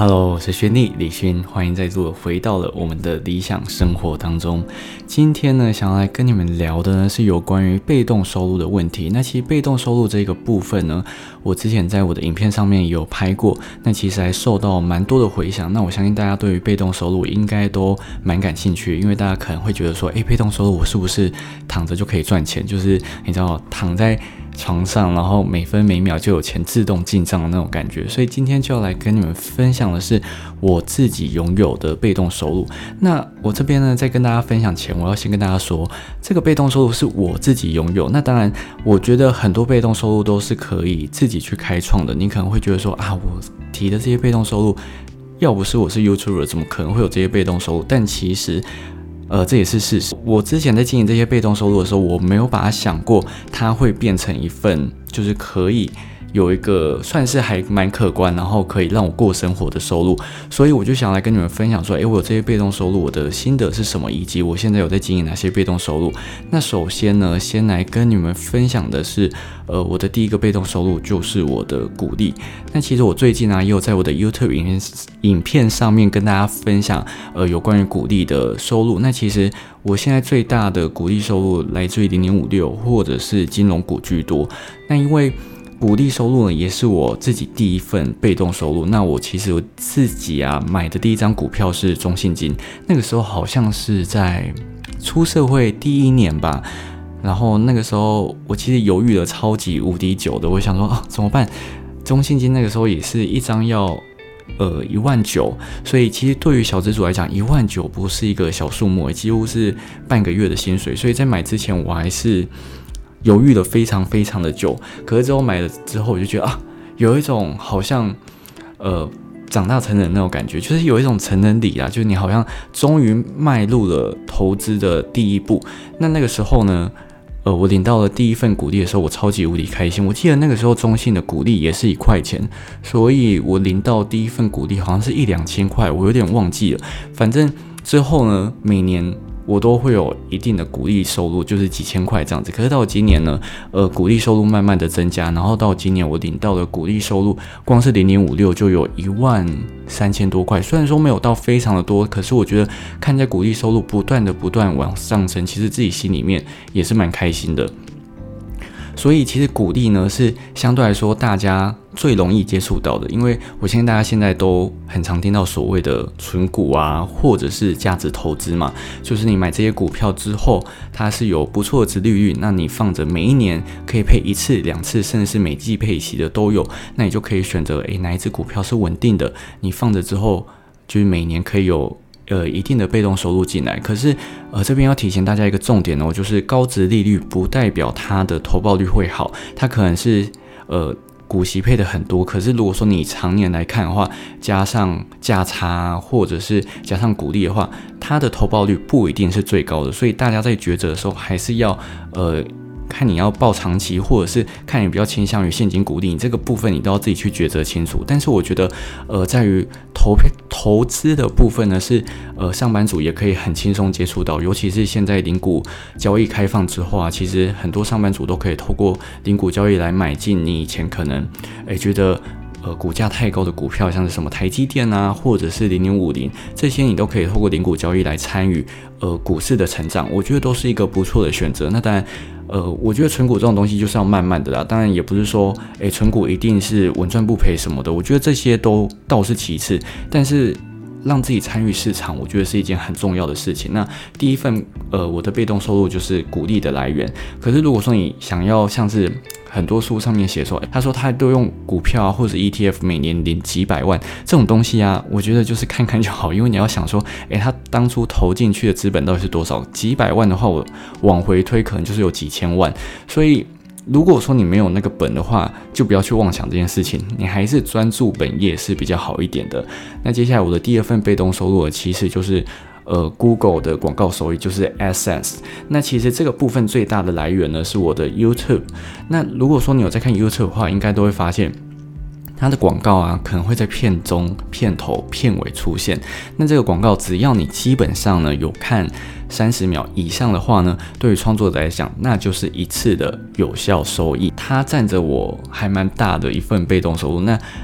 Hello， 我是轩弟李勋，欢迎再度回到了我们的理想生活当中。今天呢，想要来跟你们聊的呢是有关于被动收入的问题。那其实被动收入这个部分呢，我之前在我的影片上面也有拍过，那其实还受到蛮多的回响。那我相信大家对于被动收入应该都蛮感兴趣，因为大家可能会觉得说，被动收入我是不是躺着就可以赚钱？就是你知道躺在床上，然后每分每秒就有钱自动进账的那种感觉。所以今天就要来跟你们分享的是我自己拥有的被动收入。那我这边呢，在跟大家分享前，我要先跟大家说，这个被动收入是我自己拥有。那当然，我觉得很多被动收入都是可以自己去开创的。你可能会觉得说我提的这些被动收入，要不是我是 YouTuber， 怎么可能会有这些被动收入？但其实这也是事实。我之前在经营这些被动收入的时候，我没有把它想过它会变成一份就是可以有一个算是还蛮可观，然后可以让我过生活的收入。所以我就想来跟你们分享说，我有这些被动收入，我的心得是什么，以及我现在有在经营哪些被动收入。那首先呢，先来跟你们分享的是我的第一个被动收入就是我的鼓励。那其实我最近也有在我的 YouTube 影片上面跟大家分享有关于鼓励的收入。那其实我现在最大的鼓励收入来自于0056或者是金融股居多。那因为鼓励收入呢，也是我自己第一份被动收入。那我其实我自己买的第一张股票是中信金，那个时候好像是在出社会第一年吧。然后那个时候我其实犹豫了超级无敌久的，我想说怎么办？中信金那个时候也是一张要19000，所以其实对于小资主来讲，19000不是一个小数目，几乎是半个月的薪水。所以在买之前我还是犹豫了非常非常的久，可是之后买了之后，我就觉得有一种好像长大成人那种感觉，就是有一种成人礼就是你好像终于迈入了投资的第一步。那个时候呢，我领到了第一份股利的时候，我超级无敌开心。我记得那个时候中信的股利也是1块钱，所以我领到第一份股利好像是1-2000块，我有点忘记了。反正之后呢，每年我都会有一定的股利收入，就是几千块这样子。可是到今年呢，股利收入慢慢的增加，然后到今年我领到的股利收入，光是0056就有13000多块。虽然说没有到非常的多，可是我觉得看在股利收入不断往上升，其实自己心里面也是蛮开心的。所以其实股利呢是相对来说大家最容易接触到的，因为我相信大家现在都很常听到所谓的存股或者是价值投资嘛，就是你买这些股票之后，它是有不错的殖利率，那你放着每一年可以配1次、2次，甚至是每季配息的都有，那你就可以选择哪一只股票是稳定的，你放着之后就是每年可以有一定的被动收入进来。可是这边要提醒大家一个重点就是高殖利率不代表它的投报率会好，它可能是股息配的很多，可是如果说你常年来看的话，加上价差或者是加上股利的话，它的投报率不一定是最高的。所以大家在抉择的时候还是要看你要抱长期，或者是看你比较倾向于现金股利，你这个部分你都要自己去抉择清楚。但是我觉得在于投资的部分呢，是上班族也可以很轻松接触到，尤其是现在零股交易开放之后其实很多上班族都可以透过零股交易来买进你以前可能觉得股价太高的股票，像是什么台积电或者是0050，这些你都可以透过零股交易来参与股市的成长，我觉得都是一个不错的选择。那当然我觉得存股这种东西就是要慢慢的啦，当然也不是说存股一定是稳赚不赔什么的，我觉得这些都倒是其次，但是让自己参与市场，我觉得是一件很重要的事情。那第一份我的被动收入就是股利的来源。可是如果说你想要像是很多书上面写说，他说他都用股票或者 ETF 每年领几百万这种东西我觉得就是看看就好，因为你要想说他当初投进去的资本到底是多少？几百万的话，我往回推可能就是有几千万。所以如果说你没有那个本的话，就不要去妄想这件事情，你还是专注本业是比较好一点的。那接下来我的第二份被动收入其实就是Google 的广告收益，就是 AdSense。 那其实这个部分最大的来源呢是我的 YouTube。 那如果说你有在看 YouTube 的话，应该都会发现它的广告可能会在片中、片头、片尾出现。那这个广告只要你基本上呢有看30秒以上的话呢，对于创作者来讲，那就是一次的有效收益，它占着我还蛮大的一份被动收入。那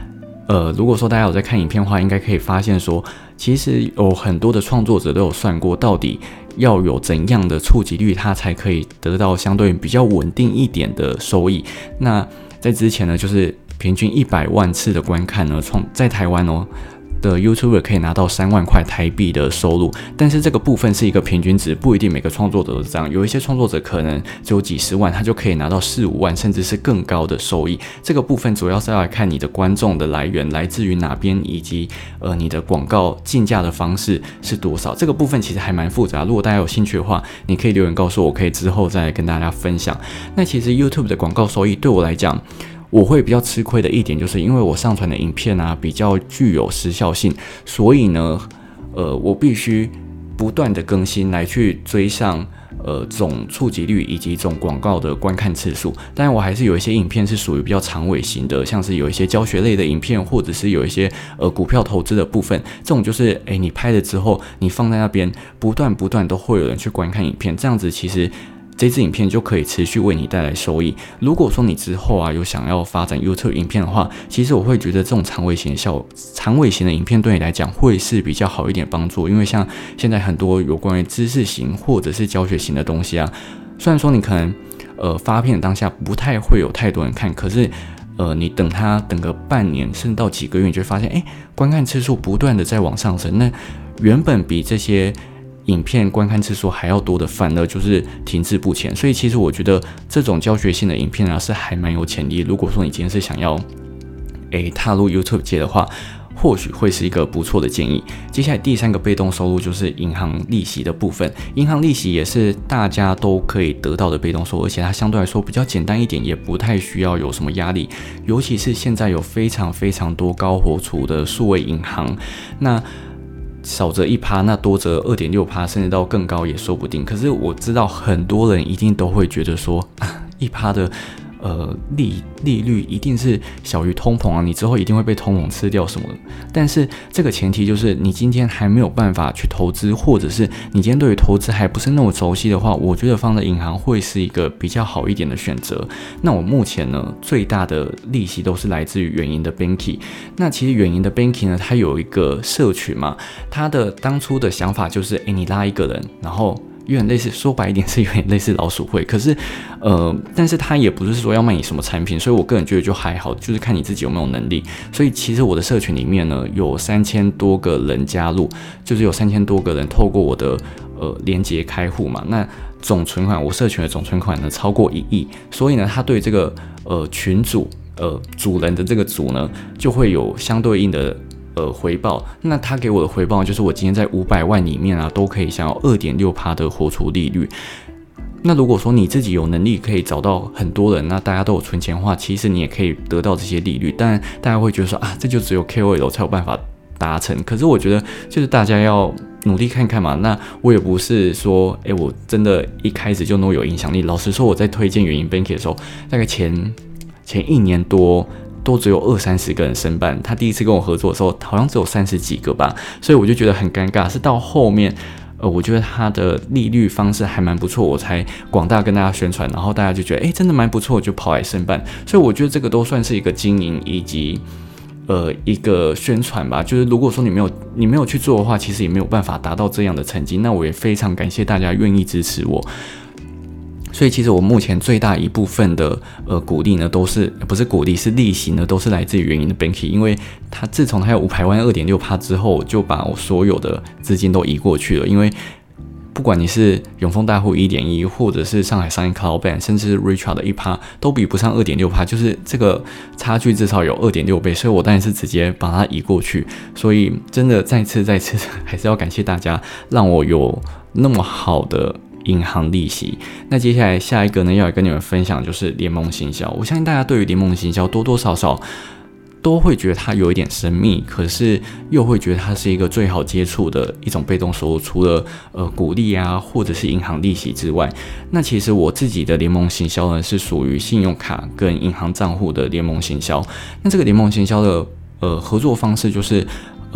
如果说大家有在看影片的话，应该可以发现说，其实有很多的创作者都有算过，到底要有怎样的触及率，它才可以得到相对比较稳定一点的收益。那在之前呢，就是平均100万次的观看呢，在台湾的 YouTuber 可以拿到3万块台币的收入，但是这个部分是一个平均值，不一定每个创作者都是这样。有一些创作者可能只有几十万，他就可以拿到4、5万，甚至是更高的收益。这个部分主要是要来看你的观众的来源来自于哪边，以及你的广告竞价的方式是多少。这个部分其实还蛮复杂，如果大家有兴趣的话，你可以留言告诉我，可以之后再来跟大家分享。那其实 YouTube 的广告收益对我来讲，我会比较吃亏的一点，就是因为我上传的影片啊比较具有时效性，所以呢，我必须不断的更新来去追上总触及率以及总广告的观看次数。当然，我还是有一些影片是属于比较长尾型的，像是有一些教学类的影片，或者是有一些股票投资的部分，这种就是你拍了之后，你放在那边，不断都会有人去观看影片，这样子其实这支影片就可以持续为你带来收益。如果说你之后啊有想要发展 YouTube 影片的话，其实我会觉得这种长尾型的影片对你来讲会是比较好一点帮助，因为像现在很多有关于知识型或者是教学型的东西啊，虽然说你可能发片的当下不太会有太多人看，可是你等个半年甚至到几个月，你就会发现观看次数不断的在往上升，那原本比这些影片观看次数还要多的，反而就是停滞不前。所以其实我觉得这种教学性的影片啊是还蛮有潜力。如果说你今天是想要踏入 YouTube 界的话，或许会是一个不错的建议。接下来第3个被动收入就是银行利息的部分。银行利息也是大家都可以得到的被动收入，而且它相对来说比较简单一点，也不太需要有什么压力。尤其是现在有非常多高活储的数位银行，那少则1%，那多则2.6%，甚至到更高也说不定。可是我知道很多人一定都会觉得说，1%的利率一定是小于通膨啊，你之后一定会被通膨吃掉什么的。但是这个前提就是你今天还没有办法去投资，或者是你今天对于投资还不是那么熟悉的话，我觉得放在银行会是一个比较好一点的选择。那我目前呢，最大的利息都是来自于远银的 Banky。那其实远银的 Banky 呢，它有一个社群嘛，它的当初的想法就是你拉一个人，然后有点类似，说白一点是有点类似老鼠会，可是但是他也不是说要卖你什么产品，所以我个人觉得就还好，就是看你自己有没有能力。所以其实我的社群里面呢，有3000多个人加入，就是有3000多个人透过我的连结开户嘛，那总存款，我社群的总存款呢超过1亿，所以呢，他对这个群主主人的这个组呢，就会有相对应的回报。那他给我的回报就是我今天在500万里面啊，都可以享有2.6% 的活储利率。那如果说你自己有能力可以找到很多人，那大家都有存钱的话，其实你也可以得到这些利率。当然大家会觉得说这就只有 KOL 才有办法达成，可是我觉得就是大家要努力看看嘛。那我也不是说我真的一开始就那么有影响力。老实说，我在推荐远银 Banky 的时候，大概前1年多都只有20-30个人申办，他第一次跟我合作的时候好像只有30几个吧，所以我就觉得很尴尬。是到后面我觉得他的利率方式还蛮不错，我才广大跟大家宣传，然后大家就觉得真的蛮不错，就跑来申办。所以我觉得这个都算是一个经营以及一个宣传吧。就是如果说你没有去做的话，其实也没有办法达到这样的成绩。那我也非常感谢大家愿意支持我。所以其实我目前最大一部分的鼓励呢，都是不是鼓励，是利息呢，都是来自于远银的 Banky。因为自从他有500万2.6% 之后，就把我所有的资金都移过去了。因为不管你是永丰大户 1.1%， 或者是上海商业 Cloud Bank， 甚至是 Richard 的 1%， 都比不上 2.6%， 就是这个差距至少有 2.6 倍，所以我当然是直接把它移过去。所以真的再次还是要感谢大家，让我有那么好的银行利息。那接下来下一个呢，要来跟你们分享就是联盟行销。我相信大家对于联盟行销多多少少都会觉得它有一点神秘，可是又会觉得它是一个最好接触的一种被动收入，除了股利啊或者是银行利息之外。那其实我自己的联盟行销呢，是属于信用卡跟银行账户的联盟行销。那这个联盟行销的合作方式就是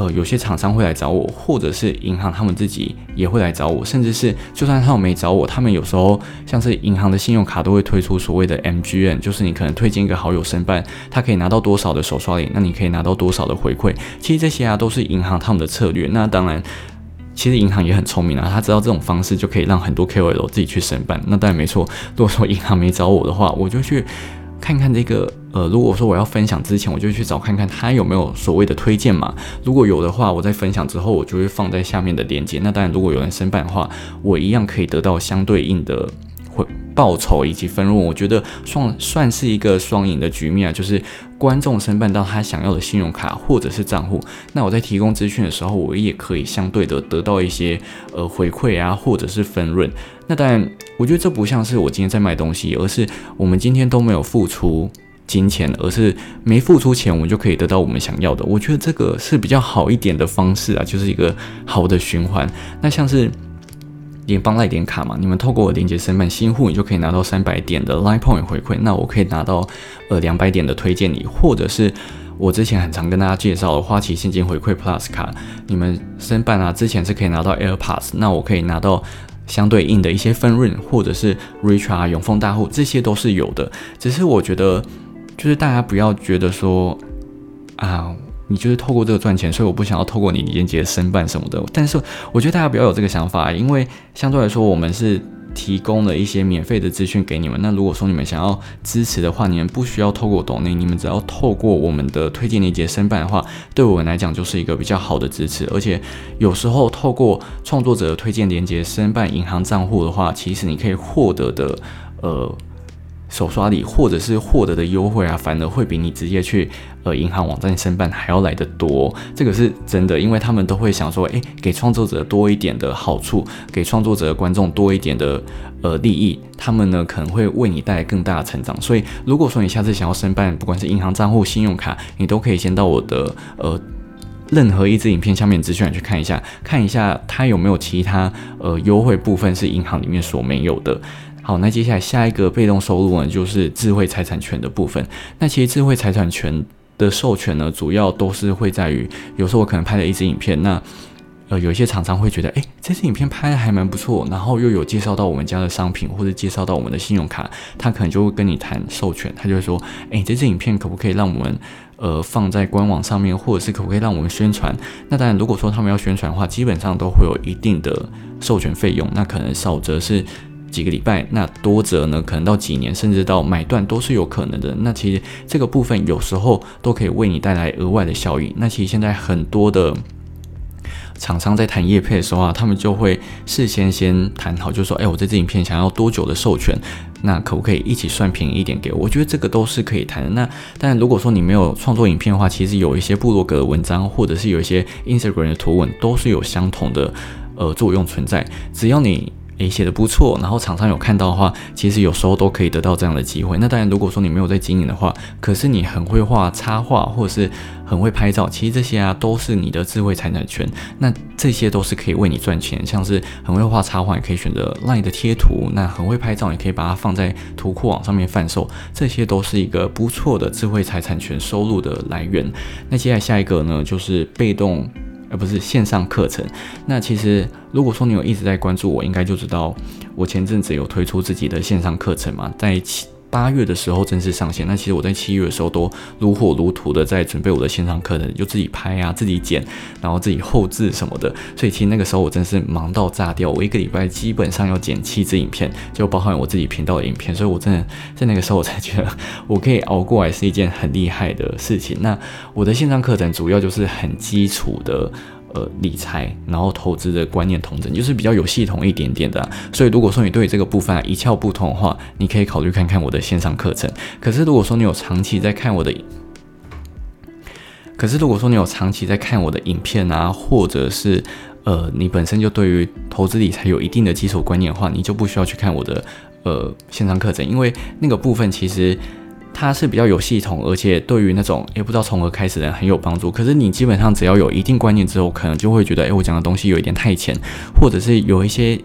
有些厂商会来找我，或者是银行他们自己也会来找我，甚至是就算他们没找我，他们有时候像是银行的信用卡都会推出所谓的 MGM， 就是你可能推荐一个好友申办，他可以拿到多少的手刷礼，那你可以拿到多少的回馈。其实这些都是银行他们的策略。那当然，其实银行也很聪明他知道这种方式就可以让很多 KOL 自己去申办。那当然没错，如果说银行没找我的话，我就去看看这个如果说我要分享之前，我就去找看看他有没有所谓的推荐码。如果有的话，我在分享之后，我就会放在下面的链接。那当然，如果有人申办的话，我一样可以得到相对应的报酬以及分润。我觉得算是一个双赢的局面就是观众申办到他想要的信用卡或者是账户，那我在提供资讯的时候，我也可以相对的得到一些回馈或者是分润。那当然，我觉得这不像是我今天在卖东西，而是我们今天都没有付出金钱，而是没付出钱，我们就可以得到我们想要的。我觉得这个是比较好一点的方式就是一个好的循环。那像是联邦赖点卡嘛，你们透过我连结申办新户，你就可以拿到300点的 Line Point 回馈，那我可以拿到200点的推荐礼，或者是我之前很常跟大家介绍的花旗现金回馈 Plus 卡，你们申办之前是可以拿到 AirPods， 那我可以拿到相对应的一些分润，或者是 Rich 永丰大户，这些都是有的。只是我觉得就是大家不要觉得说你就是透过这个赚钱，所以我不想要透过你连结申办什么的。但是我觉得大家不要有这个想法，因为相对来说我们是提供了一些免费的资讯给你们。那如果说你们想要支持的话，你们不需要透过抖内，你们只要透过我们的推荐连结申办的话，对我们来讲就是一个比较好的支持。而且有时候透过创作者的推荐连结申办银行账户的话，其实你可以获得的手刷礼或者是获得的优惠反而会比你直接去银行网站申办还要来得多。这个是真的，因为他们都会想说给创作者多一点的好处，给创作者的观众多一点的利益，他们呢可能会为你带来更大的成长。所以如果说你下次想要申办不管是银行账户、信用卡，你都可以先到我的任何一支影片下面资讯栏去看一下它有没有其他优惠部分是银行里面所没有的。好，那接下来下一个被动收入呢，就是智慧财产权的部分。那其实智慧财产权的授权呢，主要都是会在于，有时候我可能拍了一支影片，那有一些厂商会觉得，这支影片拍的还蛮不错，然后又有介绍到我们家的商品，或者介绍到我们的信用卡，他可能就会跟你谈授权，他就会说，这支影片可不可以让我们放在官网上面，或者是可不可以让我们宣传？那当然，如果说他们要宣传的话，基本上都会有一定的授权费用，那可能少则是几个礼拜，那多则呢可能到几年，甚至到买断都是有可能的。那其实这个部分有时候都可以为你带来额外的效益。那其实现在很多的厂商在谈业配的时候他们就会事先谈好，就说我这支影片想要多久的授权，那可不可以一起算便宜一点给我？我觉得这个都是可以谈的。那当然如果说你没有创作影片的话，其实有一些部落格的文章，或者是有一些 Instagram 的图文，都是有相同的作用存在。只要你写得不错，然后厂商有看到的话，其实有时候都可以得到这样的机会。那当然如果说你没有在经营的话，可是你很会画插画，或者是很会拍照，其实这些都是你的智慧财产权，那这些都是可以为你赚钱。像是很会画插画，你可以选择 LINE 的贴图，那很会拍照，你可以把它放在图库网上面贩售，这些都是一个不错的智慧财产权收入的来源。那接下来下一个呢，就是被动不是线上课程。那其实如果说你有一直在关注我，应该就知道我前阵子有推出自己的线上课程嘛，在8月的时候正式上线。那其实我在7月的时候都如火如荼的在准备我的线上课程，就自己拍自己剪，然后自己后制什么的。所以其实那个时候我真是忙到炸掉，我一个礼拜基本上要剪7支影片，就包含我自己频道的影片。所以我真的在那个时候我才觉得我可以熬过来是一件很厉害的事情。那我的线上课程主要就是很基础的理财，然后投资的观念统整，就是比较有系统一点点的所以如果说你对这个部分一窍不通的话，你可以考虑看看我的线上课程。可是如果说你有长期在看我的影片或者是你本身就对于投资理财有一定的基础观念的话，你就不需要去看我的线上课程，因为那个部分其实它是比较有系统，而且对于那种不知道从何开始的人很有帮助。可是你基本上只要有一定观念之后，可能就会觉得我讲的东西有一点太浅，或者是有一些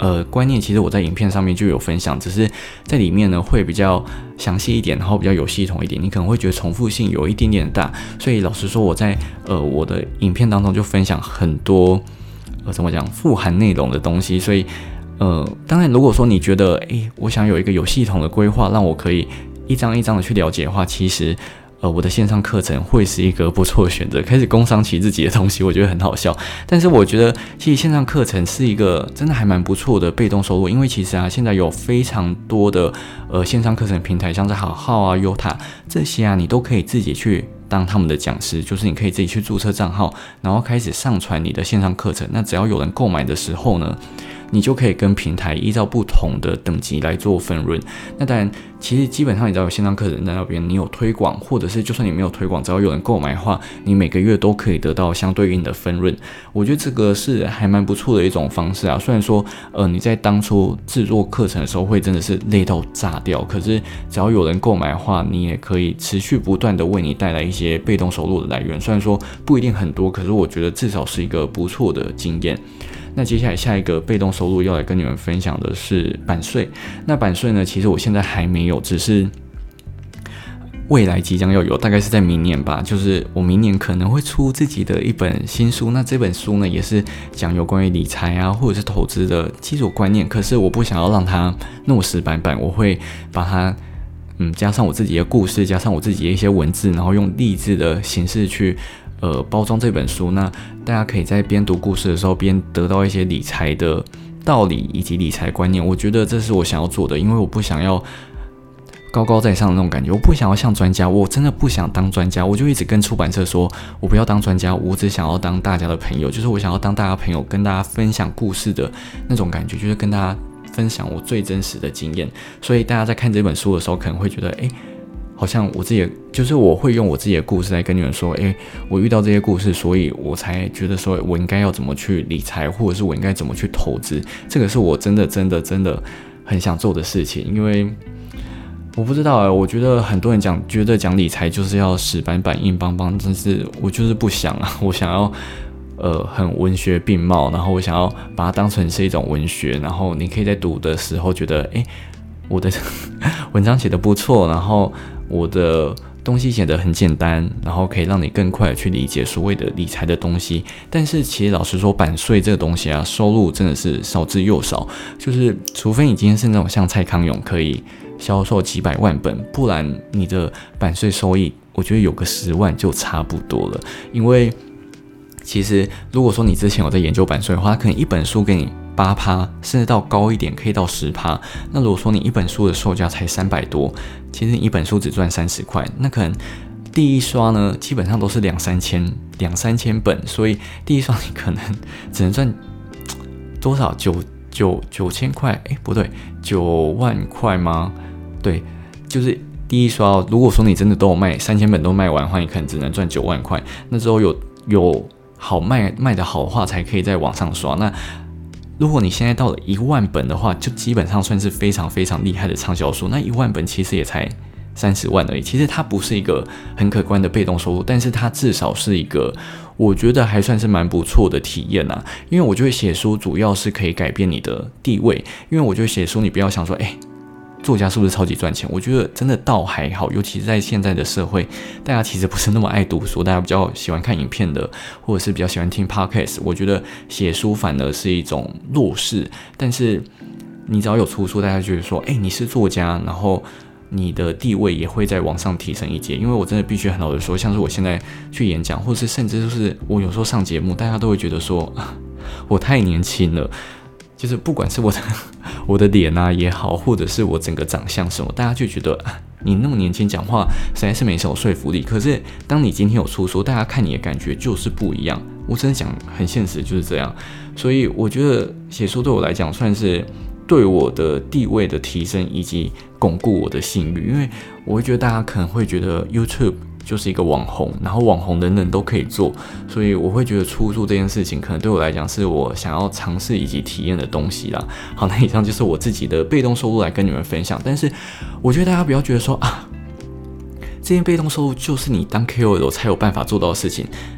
观念，其实我在影片上面就有分享，只是在里面呢会比较详细一点，然后比较有系统一点，你可能会觉得重复性有一点点大，所以老实说我在我的影片当中就分享很多怎么讲富含内容的东西，所以当然如果说你觉得我想有一个有系统的规划，让我可以一张一张的去了解的话，其实我的线上课程会是一个不错的选择。开始工商起自己的东西，我觉得很好笑。但是我觉得，其实线上课程是一个真的还蛮不错的被动收入，因为其实现在有非常多的线上课程平台，像是好好啊、Yota 这些你都可以自己去当他们的讲师，就是你可以自己去注册账号，然后开始上传你的线上课程。那只要有人购买的时候呢，你就可以跟平台依照不同的等级来做分润。那当然，其实基本上你只要有线上课程在那边，你有推广，或者是就算你没有推广，只要有人购买的话，你每个月都可以得到相对应的分润。我觉得这个是还蛮不错的一种方式虽然说你在当初制作课程的时候会真的是累到炸掉，可是只要有人购买的话，你也可以持续不断的为你带来一些被动收入的来源。虽然说不一定很多，可是我觉得至少是一个不错的经验。那接下来下一个被动收入要来跟你们分享的是版税。那版税呢，其实我现在还没有，只是未来即将要有，大概是在明年吧，就是我明年可能会出自己的一本新书。那这本书呢，也是讲有关于理财或者是投资的基础观念，可是我不想要让它那么死板板，我会把它加上我自己的故事，加上我自己的一些文字，然后用励志的形式去包装这本书。那大家可以在边读故事的时候边得到一些理财的道理以及理财观念，我觉得这是我想要做的，因为我不想要高高在上的那种感觉，我不想要像专家，我真的不想当专家。我就一直跟出版社说，我不要当专家，我只想要当大家的朋友，就是我想要当大家朋友，跟大家分享故事的那种感觉，就是跟大家分享我最真实的经验。所以大家在看这本书的时候，可能会觉得好像我自己就是我会用我自己的故事来跟你们说，我遇到这些故事，所以我才觉得说我应该要怎么去理财，或者是我应该怎么去投资。这个是我真的很想做的事情。因为我不知道我觉得很多人觉得讲理财就是要死板板硬邦邦，但是我就是不想我想要很文学并茂，然后我想要把它当成是一种文学，然后你可以在读的时候觉得我的文章写得不错，然后我的东西写得很简单，然后可以让你更快的去理解所谓的理财的东西。但是其实老实说，版税这个东西收入真的是少之又少，就是除非你今天是那种像蔡康永可以销售几百万本，不然你的版税收益我觉得有个10万就差不多了。因其实如果说你之前有在研究版税的话，它可能一本书给你8%，甚至到高一点可以到10%。那如果说你一本书的售价才300多，其实你一本书只赚30块，那可能第一刷呢基本上都是两三千本，所以第一刷你可能只能赚多少9000块？不对，9万块吗？对，就是第一刷如果说你真的都有卖3000本都卖完的话，你可能只能赚9万块。那之后有好卖的好的话，才可以再往上刷。那如果你现在到了1万本的话，就基本上算是非常非常厉害的畅销书。那1万本其实也才30万而已，其实它不是一个很可观的被动收入，但是它至少是一个我觉得还算是蛮不错的体验因为我觉得写书主要是可以改变你的地位，因为我觉得写书你不要想说作家是不是超级赚钱？我觉得真的倒还好，尤其是在现在的社会，大家其实不是那么爱读书，大家比较喜欢看影片的，或者是比较喜欢听 podcast。我觉得写书反而是一种弱势，但是你只要有出书，大家就会说，你是作家，然后你的地位也会再往上提升一阶。因为我真的必须很老实说，像是我现在去演讲，或者是甚至就是我有时候上节目，大家都会觉得说，我太年轻了。就是不管是我的脸也好，或者是我整个长相什么，大家就觉得你那么年轻，讲话实在是没什么说服力。可是当你今天有出书，大家看你的感觉就是不一样。我真的讲很现实，就是这样。所以我觉得写书对我来讲，算是对我的地位的提升以及巩固我的信誉。因为我会觉得大家可能会觉得 YouTube就是一个网红，然后网红人人都可以做，所以我会觉得出书这件事情可能对我来讲是我想要尝试以及体验的东西啦。好，那以上就是我自己的被动收入来跟你们分享。但是我觉得大家不要觉得说这些被动收入就是你当 KOL 才有办法做到的事情。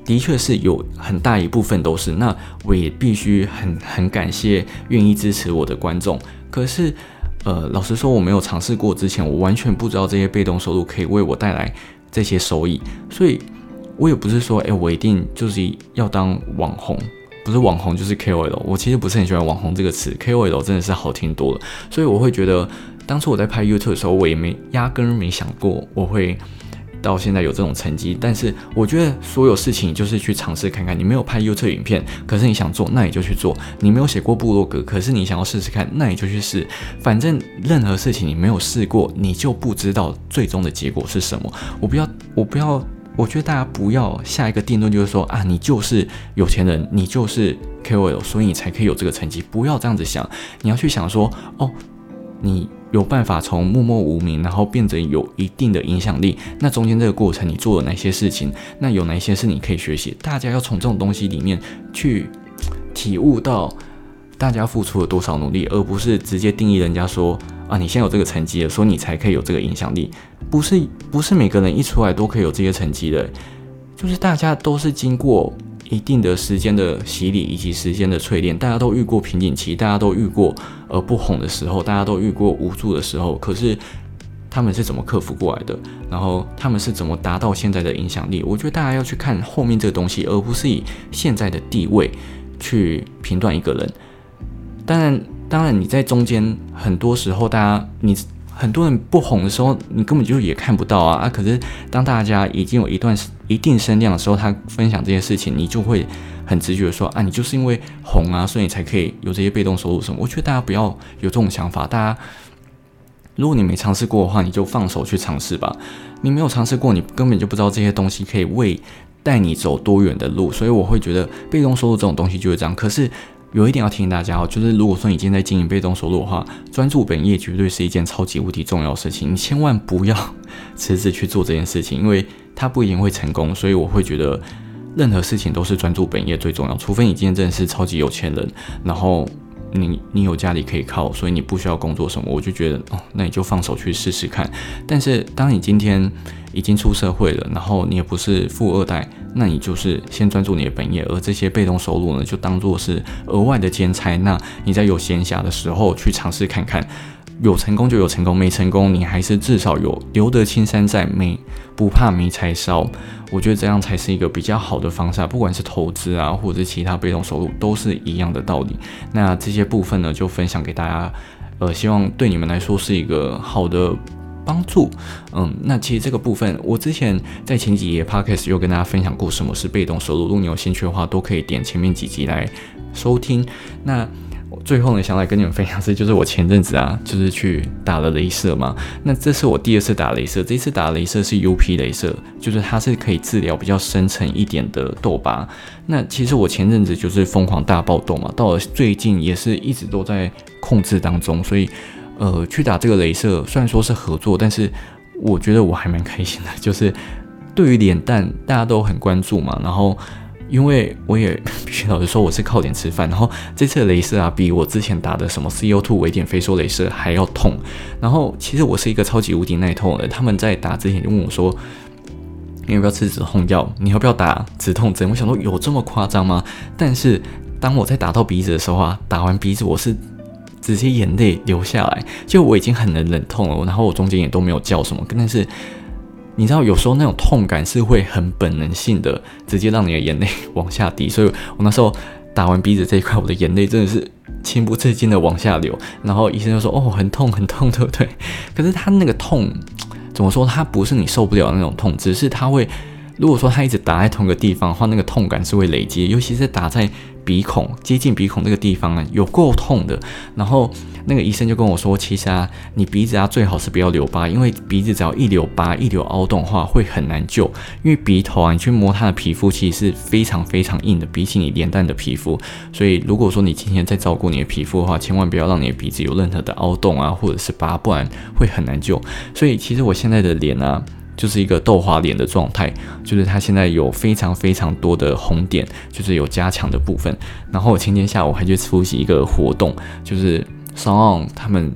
的确是有很大一部分都是，那我也必须很感谢愿意支持我的观众。可是老实说，我没有尝试过之前，我完全不知道这些被动收入可以为我带来这些收益，所以我也不是说我一定就是要当网红，不是网红就是 KOL， 我其实不是很喜欢网红这个词， KOL 真的是好听多了，所以我会觉得当初我在拍 YouTube 的时候，我也压根没想过我会到现在有这种成绩。但是我觉得所有事情就是去尝试看看，你没有拍 YouTube 影片，可是你想做，那你就去做；你没有写过部落格，可是你想要试试看，那你就去试。反正任何事情你没有试过，你就不知道最终的结果是什么。我觉得大家不要下一个定论，就是说啊，你就是有钱人，你就是 KOL， 所以你才可以有这个成绩。不要这样子想，你要去想说，你有办法从默默无名，然后变成有一定的影响力。那中间这个过程，你做了哪些事情？那有哪些是你可以学习？大家要从这种东西里面去体悟到大家付出了多少努力，而不是直接定义人家说啊，你现在有这个成绩了，所以你才可以有这个影响力。不是每个人一出来都可以有这些成绩的，就是大家都是经过一定的时间的洗礼以及时间的淬炼，大家都遇过瓶颈期，大家都遇过不红的时候，大家都遇过无助的时候，可是他们是怎么克服过来的，然后他们是怎么达到现在的影响力。我觉得大家要去看后面这个东西，而不是以现在的地位去评断一个人。当然你在中间很多时候很多人不红的时候，你根本就也看不到啊！可是当大家已经有一定声量的时候，他分享这些事情，你就会很直觉的说啊，你就是因为红啊，所以你才可以有这些被动收入什么。我觉得大家不要有这种想法，大家如果你没尝试过的话，你就放手去尝试吧。你没有尝试过，你根本就不知道这些东西可以带你走多远的路。所以我会觉得被动收入这种东西就是这样。可是有一点要提醒大家就是如果说你今天在经营被动收入的话，专注本业绝对是一件超级无敌重要的事情，你千万不要辞职去做这件事情，因为它不一定会成功。所以我会觉得任何事情都是专注本业最重要，除非你今天真的是超级有钱人，然后你有家里可以靠，所以你不需要工作什么，我就觉得那你就放手去试试看。但是当你今天已经出社会了，然后你也不是富二代，那你就是先专注你的本业，而这些被动收入呢，就当作是额外的兼差。那你在有闲暇的时候去尝试看看，有成功就有成功，没成功你还是至少有留得青山在，不怕没柴烧。我觉得这样才是一个比较好的方式，不管是投资啊，或者是其他被动收入，都是一样的道理。那这些部分呢，就分享给大家，希望对你们来说是一个好的帮助。那其实这个部分我之前在前几页 podcast 有跟大家分享过什么是被动收入，如果你有兴趣的话都可以点前面几集来收听。那最后呢，想来跟你们分享是，就是我前阵子就是去打了雷射嘛。那这是我第二次打雷射，这一次打雷射是 UP 雷射，就是它是可以治疗比较深层一点的痘疤。那其实我前阵子就是疯狂大爆痘嘛，到了最近也是一直都在控制当中，所以去打这个雷射，虽然说是合作，但是我觉得我还蛮开心的，就是对于脸蛋大家都很关注嘛，然后因为我也必须老实说，我是靠脸吃饭。然后这次的雷射比我之前打的什么 CO2 微点飞梭雷射还要痛。然后其实我是一个超级无敌耐痛的，他们在打之前就问我说，你要不要吃止痛药？你要不要打止痛针？我想说有这么夸张吗？但是当我在打到鼻子的时候打完鼻子我是直接眼泪流下来，就我已经很能忍痛了，然后我中间也都没有叫什么，但是你知道有时候那种痛感是会很本能性的直接让你的眼泪往下滴，所以我那时候打完鼻子这一块，我的眼泪真的是情不自禁的往下流，然后医生就说很痛很痛，对不对？可是他那个痛怎么说，他不是你受不了的那种痛，只是他会，如果说他一直打在同一个地方的话，那个痛感是会累积，尤其是打在鼻孔接近鼻孔这个地方有够痛的。然后那个医生就跟我说，其实你鼻子最好是不要留疤，因为鼻子只要一留疤一留凹洞的话会很难救，因为鼻头你去摸它的皮肤其实是非常非常硬的，比起你脸蛋的皮肤。所以如果说你今天在照顾你的皮肤的话，千万不要让你的鼻子有任何的凹洞或者是疤，不然会很难救。所以其实我现在的脸就是一个豆花脸的状态，就是它现在有非常非常多的红点，就是有加强的部分。然后我前天下午还去出席一个活动，就是SoundOn他们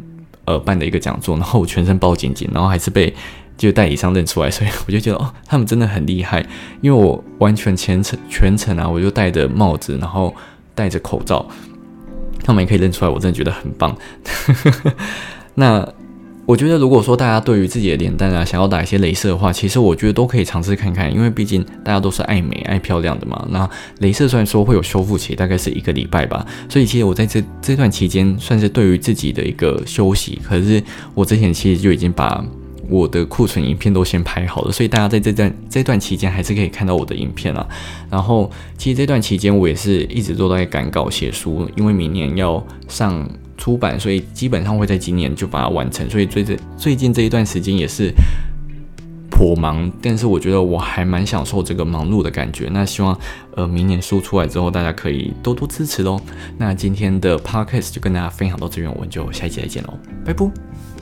办的一个讲座，然后我全身包紧紧，然后还是被就代理商认出来，所以我就觉得他们真的很厉害，因为我完全全程啊，我就戴着帽子，然后戴着口罩，他们也可以认出来，我真的觉得很棒。那我觉得如果说大家对于自己的脸蛋啊想要打一些雷射的话，其实我觉得都可以尝试看看，因为毕竟大家都是爱美爱漂亮的嘛。那雷射虽然说会有修复期，大概是1个礼拜吧，所以其实我在这段期间算是对于自己的一个休息。可是我之前其实就已经把我的库存影片都先拍好了，所以大家在这段期间还是可以看到我的影片啊。然后其实这段期间我也是一直都在赶稿写书，因为明年要上出版，所以基本上会在今年就把它完成，所以最近这一段时间也是颇忙，但是我觉得我还蛮享受这个忙碌的感觉。那希望明年书出来之后，大家可以多多支持咯。那今天的 podcast 就跟大家分享到这边，我们就下一集再见咯，拜拜。